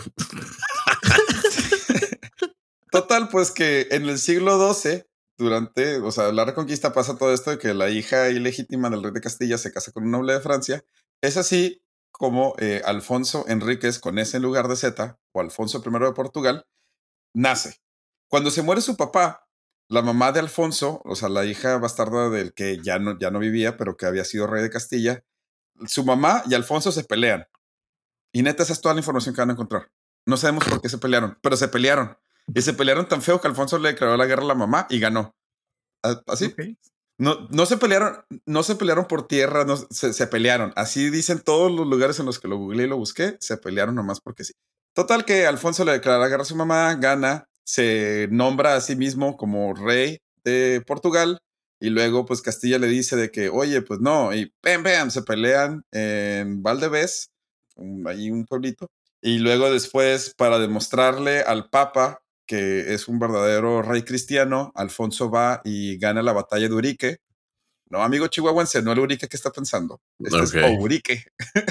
Total, pues que en el siglo XII, o sea, la Reconquista pasa todo esto de que la hija ilegítima del rey de Castilla se casa con un noble de Francia. Es así como Alfonso Enríquez, con ese en lugar de Z, o Alfonso I de Portugal, nace. Cuando se muere su papá, la mamá de Alfonso, o sea, la hija bastarda del que ya no vivía, pero que había sido rey de Castilla, su mamá y Alfonso se pelean. Y neta, esa es toda la información que van a encontrar. No sabemos por qué se pelearon, pero se pelearon. Y se pelearon tan feo que Alfonso le declaró la guerra a la mamá y ganó. Así. Okay. No se pelearon por tierra, se pelearon. Así dicen todos los lugares en los que lo googleé y lo busqué, se pelearon nomás porque sí. Total que Alfonso le declara la guerra a su mamá, gana, se nombra a sí mismo como rey de Portugal y luego pues Castilla le dice de que, oye, pues no, y ¡pam! Se pelean en Valdevez, ahí un pueblito, y luego después para demostrarle al Papa que es un verdadero rey cristiano, Alfonso va y gana la batalla de Urique. No, amigo chihuahuense, no el Urique que está pensando. Este es Ourique.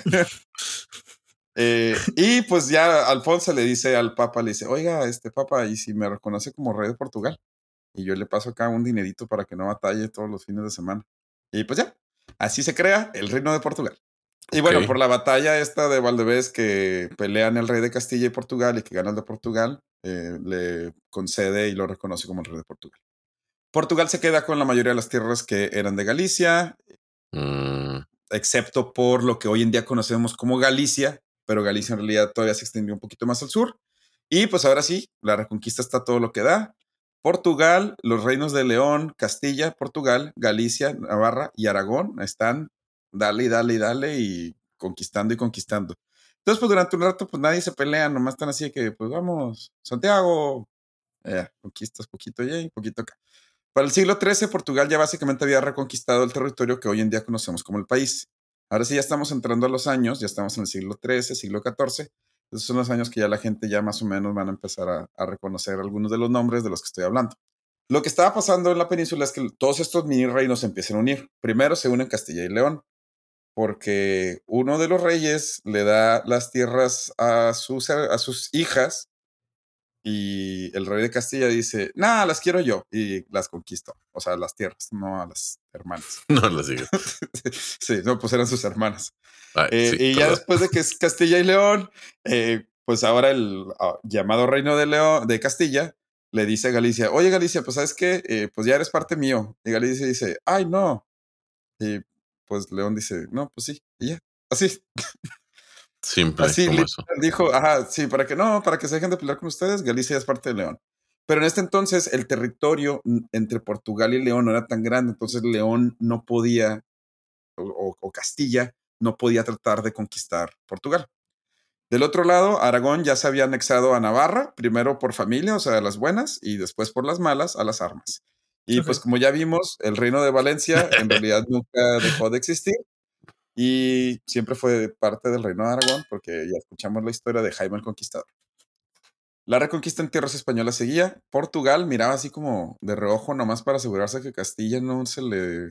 Y pues ya Alfonso le dice al Papa, le dice, oiga, Papa, ¿y si me reconoce como rey de Portugal? Y yo le paso acá un dinerito para que no batalle todos los fines de semana. Y pues ya, así se crea el reino de Portugal. Y bueno, por la batalla esta de Valdevez que pelean el rey de Castilla y Portugal y que gana el de Portugal, le concede y lo reconoce como el rey de Portugal. Portugal se queda con la mayoría de las tierras que eran de Galicia, excepto por lo que hoy en día conocemos como Galicia, pero Galicia en realidad todavía se extendió un poquito más al sur. Y pues ahora sí, la reconquista está todo lo que da. Portugal, los reinos de León, Castilla, Portugal, Galicia, Navarra y Aragón están dale y conquistando y conquistando. Entonces, pues durante un rato, pues nadie se pelea, nomás están así de que, pues vamos, Santiago, conquistas poquito allá y poquito acá. Para el siglo XIII, Portugal ya básicamente había reconquistado el territorio que hoy en día conocemos como el país. Ahora sí ya estamos entrando a los años, ya estamos en el siglo XIII, siglo XIV. Esos son los años que ya la gente ya más o menos van a empezar a reconocer algunos de los nombres de los que estoy hablando. Lo que estaba pasando en la península es que todos estos mini reinos se empiezan a unir. Primero se unen Castilla y León, porque uno de los reyes le da las tierras a sus hijas y el rey de Castilla dice, nah, las quiero yo, y las conquistó. O sea, las tierras, no a las hermanas. No las hijas. Sí, no, pues eran sus hermanas. Ay, sí, y ya después de que es Castilla y León, pues ahora el llamado Reino de León, de Castilla, le dice a Galicia, oye Galicia, pues sabes qué, pues ya eres parte mío. Y Galicia dice, ay, no. Y pues León dice, no, pues sí, y ya, así. Simple, así como eso. dijo, ajá, sí, para que se dejen de pelear con ustedes, Galicia es parte de León. Pero en este entonces el territorio entre Portugal y León no era tan grande, entonces León no podía, o Castilla, no podía tratar de conquistar Portugal. Del otro lado, Aragón ya se había anexado a Navarra, primero por familia, o sea, las buenas, y después por las malas, a las armas. Y pues como ya vimos, el reino de Valencia en realidad nunca dejó de existir y siempre fue parte del reino de Aragón, porque ya escuchamos la historia de Jaime el Conquistador. La reconquista en tierras españolas seguía. Portugal miraba así como de reojo nomás para asegurarse que Castilla no se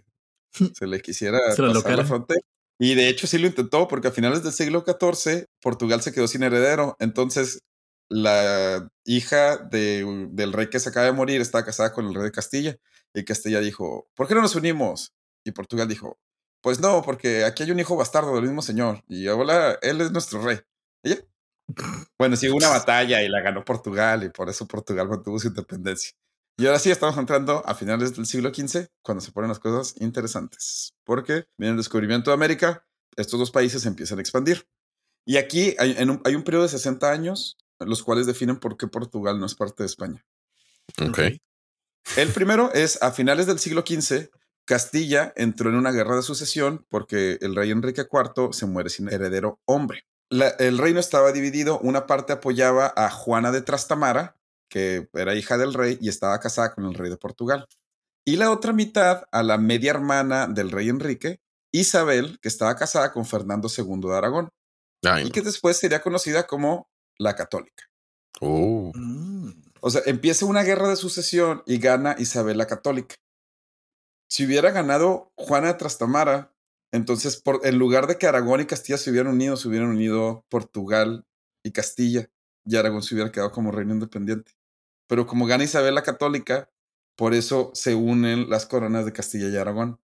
le quisiera pasar la frontera. Y de hecho sí lo intentó, porque a finales del siglo XIV Portugal se quedó sin heredero. Entonces la hija del rey que se acaba de morir estaba casada con el rey de Castilla. Y Castilla dijo, ¿por qué no nos unimos? Y Portugal dijo, pues no, porque aquí hay un hijo bastardo del mismo señor. Y ahora él es nuestro rey. ¿Y ya? Bueno, sí hubo una batalla y la ganó Portugal y por eso Portugal mantuvo su independencia. Y ahora sí estamos entrando a finales del siglo XV, cuando se ponen las cosas interesantes, porque viene el descubrimiento de América, estos dos países se empiezan a expandir. Y aquí hay un periodo de 60 años, los cuales definen por qué Portugal no es parte de España. Ok. El primero es a finales del siglo XV, Castilla entró en una guerra de sucesión porque el rey Enrique IV se muere sin heredero hombre. El reino estaba dividido, una parte apoyaba a Juana de Trastamara, que era hija del rey y estaba casada con el rey de Portugal. Y la otra mitad a la media hermana del rey Enrique, Isabel, que estaba casada con Fernando II de Aragón. Ay, y que después sería conocida como la Católica. no. O sea, empieza una guerra de sucesión y gana Isabel la Católica. Si hubiera ganado Juana de Trastamara, entonces en lugar de que Aragón y Castilla se hubieran unido Portugal y Castilla, y Aragón se hubiera quedado como reino independiente. Pero como gana Isabel la Católica, por eso se unen las coronas de Castilla y Aragón.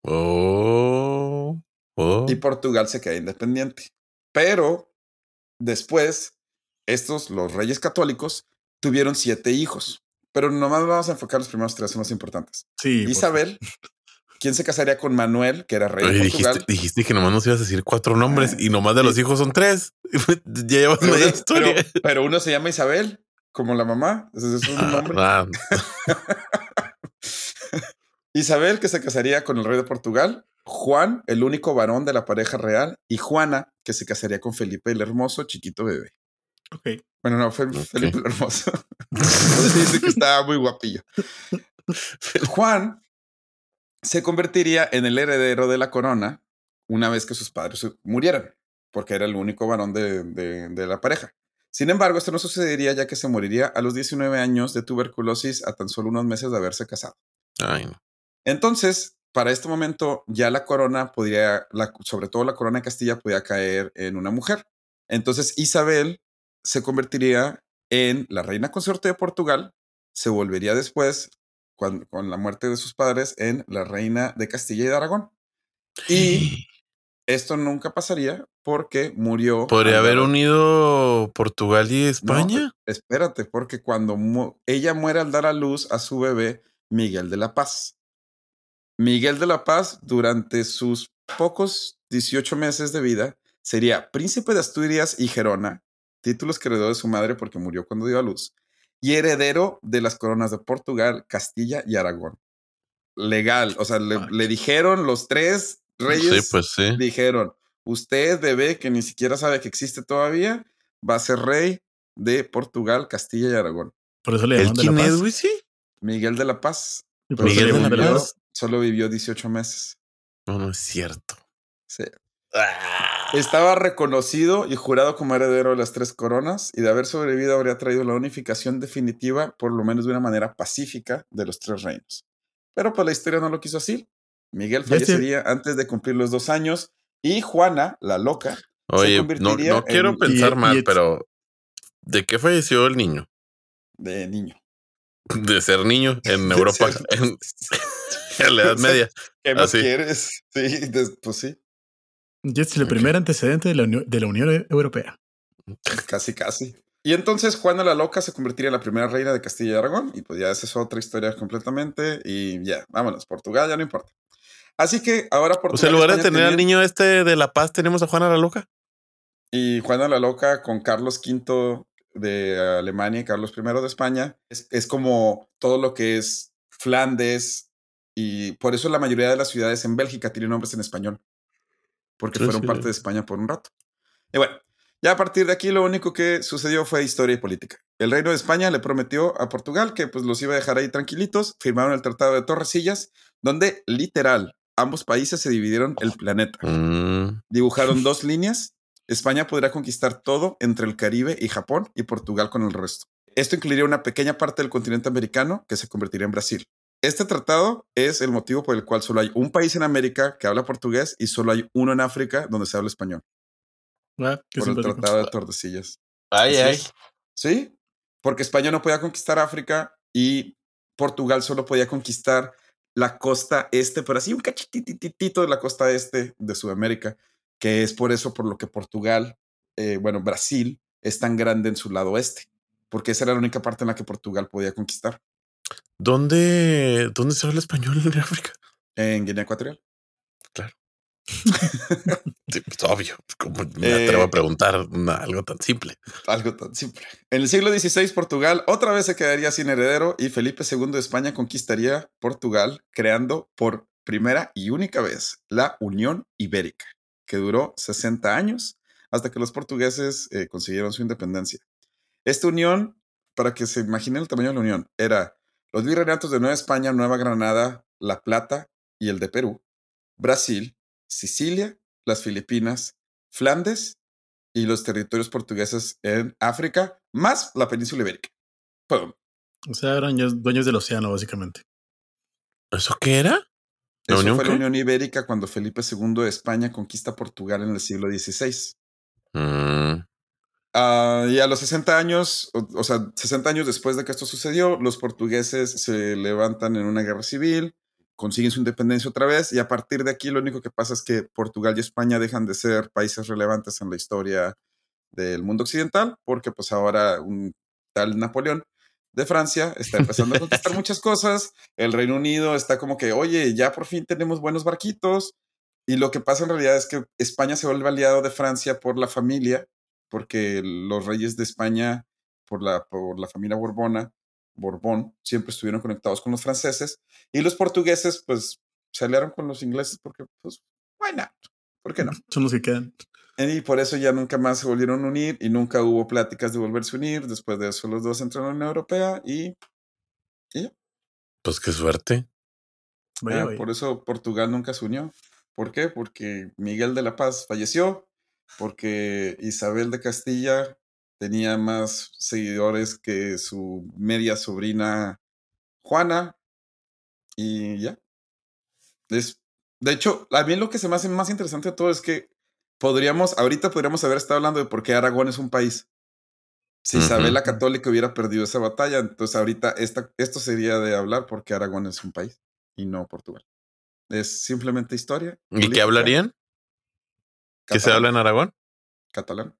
Y Portugal se queda independiente. Pero después, los reyes católicos, tuvieron 7 hijos. Pero nomás vamos a enfocar los primeros 3, son los importantes. Sí, Isabel, ¿quién se casaría con Manuel, que era rey de Portugal? Dijiste que nomás nos ibas a decir 4 nombres y nomás de los hijos son 3. Ya llevas media historia. Pero uno se llama Isabel, como la mamá. Ese es un nombre. Isabel, que se casaría con el rey de Portugal. Juan, el único varón de la pareja real. Y Juana, que se casaría con Felipe el Hermoso, chiquito bebé. Ok. Bueno, no, fue Felipe el Hermoso. Entonces dice que estaba muy guapillo. Juan se convertiría en el heredero de la corona una vez que sus padres murieran, porque era el único varón de la pareja. Sin embargo, esto no sucedería ya que se moriría a los 19 años de tuberculosis a tan solo unos meses de haberse casado. Ay, no. Entonces, para este momento, ya la corona podría, sobre todo la corona de Castilla, podía caer en una mujer. Entonces, Isabel se convertiría en la reina consorte de Portugal, se volvería después, con la muerte de sus padres, en la reina de Castilla y de Aragón. Y esto nunca pasaría porque murió. ¿Podría haber unido Portugal y No, España? espérate, porque cuando ella muere al dar a luz a su bebé, Miguel de la Paz. Miguel de la Paz, durante sus pocos 18 meses de vida, sería príncipe de Asturias y Gerona, títulos que heredó de su madre porque murió cuando dio a luz, y heredero de las coronas de Portugal, Castilla y Aragón. Legal, o sea, le dijeron los tres reyes, Sí, pues sí. dijeron, usted, bebé, que ni siquiera sabe que existe todavía, va a ser rey de Portugal, Castilla y Aragón. Por eso le llaman de la ¿Quién es, Paz. güey? Sí. Miguel de la Paz. Y por eso Miguel le de llaman la de la Paz. Paz. Solo vivió 18 meses. No, no es cierto. Sí. Estaba reconocido y jurado como heredero de las tres coronas y de haber sobrevivido habría traído la unificación definitiva, por lo menos de una manera pacífica, de los tres reinos. Pero pues la historia no lo quiso así. Miguel fallecería antes de cumplir los 2 años y Juana, la loca, se Oye, convertiría no quiero pensar y- mal, y- pero ¿de qué falleció el niño? de niño. De ser niño en Europa, en la Edad Media. ¿Qué más Así. quieres? Sí, pues sí, Y es el Ok. primer antecedente de la Unión Europea. casi, casi. Y entonces Juana la Loca se convertiría en la primera reina de Castilla y Aragón. Y pues ya esa es otra historia completamente. Y ya, vámonos. Portugal ya no importa. Así que ahora Portugal. O sea, en lugar de España tener al niño de La Paz, tenemos a Juana la Loca. Y Juana la Loca con Carlos V de Alemania y Carlos I de España. Es como todo lo que es Flandes. Y por eso la mayoría de las ciudades en Bélgica tienen nombres en español. Porque Sí, fueron sí. parte de España por un rato. Y bueno, ya a partir de aquí lo único que sucedió fue historia y política. El reino de España le prometió a Portugal que pues los iba a dejar ahí tranquilitos. Firmaron el Tratado de Tordesillas, donde literal ambos países se dividieron el planeta. Dibujaron 2 líneas. España podrá conquistar todo entre el Caribe y Japón y Portugal con el resto. Esto incluiría una pequeña parte del continente americano que se convertiría en Brasil. Este tratado es el motivo por el cual solo hay un país en América que habla portugués y solo hay uno en África donde se habla español. Qué Por el simpático. Tratado de Tordesillas. Ay, Así ay. es. Sí, porque España no podía conquistar África y Portugal solo podía conquistar la costa este, pero así un cachititito de la costa este de Sudamérica, que es por eso por lo que Portugal, bueno, Brasil es tan grande en su lado oeste, porque esa era la única parte en la que Portugal podía conquistar. ¿Dónde se habla español en África? En Guinea Ecuatorial. Claro. Sí, pues, obvio. Como me atrevo a preguntar algo tan simple. Algo tan simple. En el siglo XVI, Portugal otra vez se quedaría sin heredero y Felipe II de España conquistaría Portugal, creando por primera y única vez la Unión Ibérica, que duró 60 años hasta que los portugueses consiguieron su independencia. Esta unión, para que se imaginen el tamaño de la unión, era los virreinatos de Nueva España, Nueva Granada, La Plata y el de Perú, Brasil, Sicilia, las Filipinas, Flandes y los territorios portugueses en África, más la península ibérica. ¡Pum! O sea, eran dueños del océano, básicamente. ¿Eso qué era? ¿La Eso Unión fue qué? la Unión Ibérica cuando Felipe II de España conquista Portugal en el siglo XVI. Y a los 60 años, o sea, 60 años después de que esto sucedió, los portugueses se levantan en una guerra civil, consiguen su independencia otra vez, y a partir de aquí lo único que pasa es que Portugal y España dejan de ser países relevantes en la historia del mundo occidental, porque pues ahora un tal Napoleón de Francia está empezando a conquistar muchas cosas, el Reino Unido está como que, oye, ya por fin tenemos buenos barquitos, y lo que pasa en realidad es que España se vuelve aliado de Francia por la familia, porque los reyes de España, por la familia Borbona, Borbón siempre estuvieron conectados con los franceses y los portugueses pues se aliaron con los ingleses porque pues, why not? ¿Por qué no? Son los que quedan. Y por eso ya nunca más se volvieron a unir y nunca hubo pláticas de volverse a unir. Después de eso los dos entraron a la Unión Europea y ya. Pues qué suerte. Vaya, vaya. Por eso Portugal nunca se unió. ¿Por qué? Porque Miguel de la Paz falleció, porque Isabel de Castilla tenía más seguidores que su media sobrina Juana y ya. De hecho, a mí lo que se me hace más interesante de todo es que ahorita podríamos haber estado hablando de por qué Aragón es un país. Si Isabel la Católica hubiera perdido esa batalla, entonces ahorita esto sería de hablar por qué Aragón es un país y no Portugal. Es simplemente historia. ¿Y política, qué hablarían? ¿Qué se habla en Aragón? Catalán.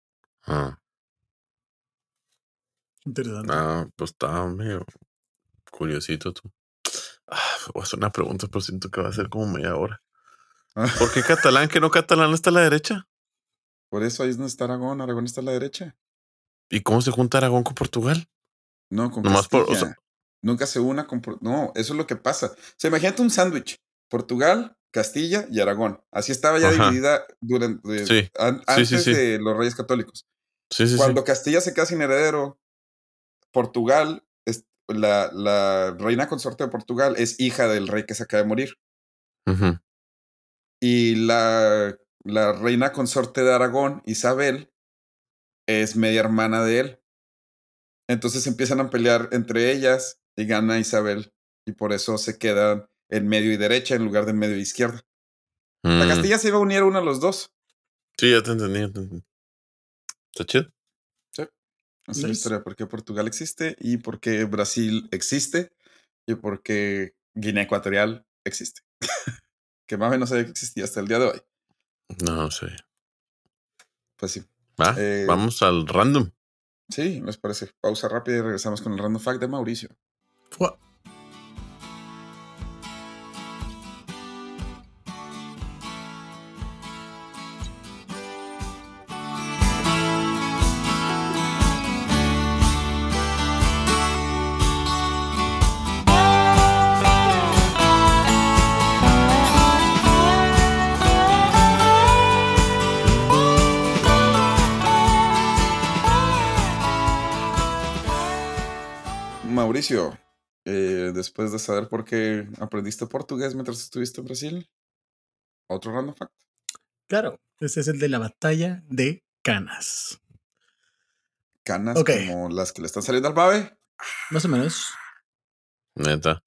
Interesante. Pues está medio curiosito tú. Voy a hacer una pregunta, pero siento que va a ser como media hora. ¿Por qué catalán? ¿Que no catalán está a la derecha? Por eso ahí es donde está Aragón. Aragón está a la derecha. ¿Y cómo se junta Aragón con Portugal? No, con Nomás Castilla. Nunca se una con... No, eso es lo que pasa. O sea, imagínate un sándwich. Portugal, Castilla y Aragón. Así estaba ya dividida durante antes de los Reyes Católicos. Cuando Castilla se queda sin heredero, Portugal, la reina consorte de Portugal es hija del rey que se acaba de morir. Y la reina consorte de Aragón, Isabel, es media hermana de él. Entonces empiezan a pelear entre ellas y gana Isabel. Y por eso se quedan en medio y derecha en lugar de en medio y izquierda. La Castilla se iba a unir a uno de los dos. Sí, ya te entendí. ¿Está chido? Sí. Esa es la historia de por qué Portugal existe y por qué Brasil existe y por qué Guinea Ecuatorial existe. Que más o menos sabía que existía hasta el día de hoy. No sé. Pues sí. Vamos al random. Sí, me parece. Pausa rápida y regresamos con el random fact de Mauricio. Mauricio, después de saber por qué aprendiste portugués mientras estuviste en Brasil, ¿otro random fact? Claro, ese es el de la batalla de Canas. ¿Canas como las que le están saliendo al Mave? Más o menos. Neta.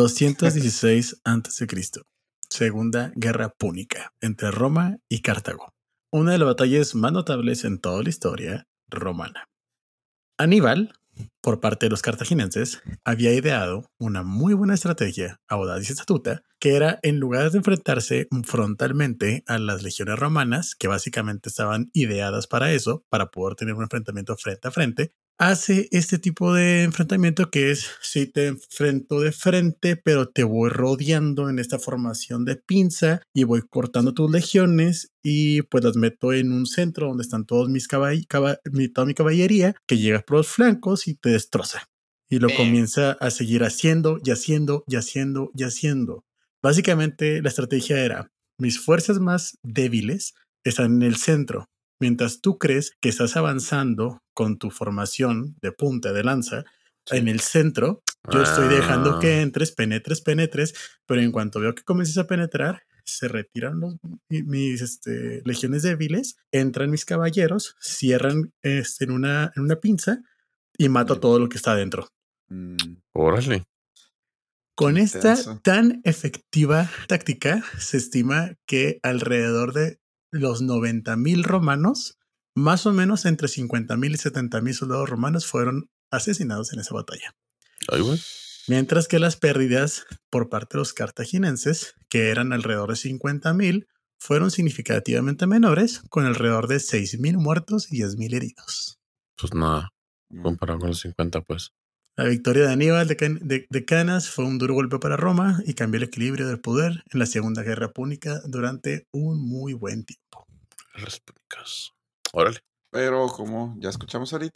216 a.C. Segunda Guerra Púnica entre Roma y Cartago. Una de las batallas más notables en toda la historia romana. Aníbal, por parte de los cartagineses, había ideado una muy buena estrategia, audaz y astuta, que era, en lugar de enfrentarse frontalmente a las legiones romanas, que básicamente estaban ideadas para eso, para poder tener un enfrentamiento frente a frente, hace este tipo de enfrentamiento que es, si te enfrento de frente, pero te voy rodeando en esta formación de pinza y voy cortando tus legiones y pues las meto en un centro donde están todos toda mi caballería, que llega por los flancos y te destroza. Y lo comienza a seguir haciendo y haciendo y haciendo y haciendo. Básicamente la estrategia era, mis fuerzas más débiles están en el centro. Mientras tú crees que estás avanzando con tu formación de punta de lanza en el centro, yo estoy dejando que entres, penetres, pero en cuanto veo que comiences a penetrar, se retiran mis legiones débiles, entran mis caballeros, cierran en una pinza y mato a todo lo que está adentro. Órale. Con esta tan efectiva táctica, se estima que alrededor de los 90,000 romanos, más o menos entre 50,000 y 70,000 soldados romanos fueron asesinados en esa batalla. Ay, güey. Mientras que las pérdidas por parte de los cartagineses, que eran alrededor de 50,000, fueron significativamente menores, con alrededor de 6,000 muertos y 10,000 heridos. Pues nada, comparado con los 50, pues. La victoria de Aníbal de Canas fue un duro golpe para Roma y cambió el equilibrio del poder en la Segunda Guerra Púnica durante un muy buen tiempo. Guerras púnicas. Órale. Pero como ya escuchamos ahorita,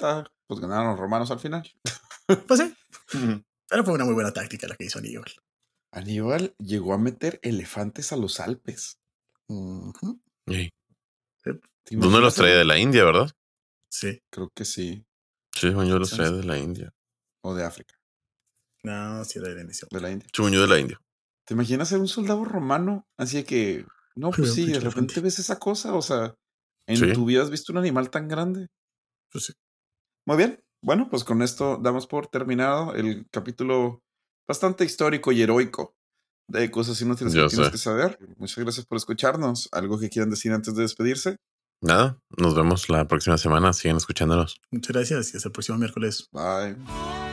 pues ganaron los romanos al final. Pues sí. Pero fue una muy buena táctica la que hizo Aníbal. Aníbal llegó a meter elefantes a los Alpes. Sí. ¿Te Uno los imaginas traía eso? de la India, ¿verdad? Sí. Creo que sí. Sí, yo los Sí, traía sí. de la India. O de África. No, sí era de inicio. De la India. Yo de la India. ¿Te imaginas ser un soldado romano? Así de que, no, pues sí, de repente ves esa cosa. O sea, en tu vida has visto un animal tan grande. Pues sí. Muy bien. Bueno, pues con esto damos por terminado el capítulo bastante histórico y heroico de cosas inútiles que Yo tienes sé. que saber. Muchas gracias por escucharnos. ¿Algo que quieran decir antes de despedirse? Nada, nos vemos la próxima semana. Siguen escuchándonos. Muchas gracias y hasta el próximo miércoles. Bye.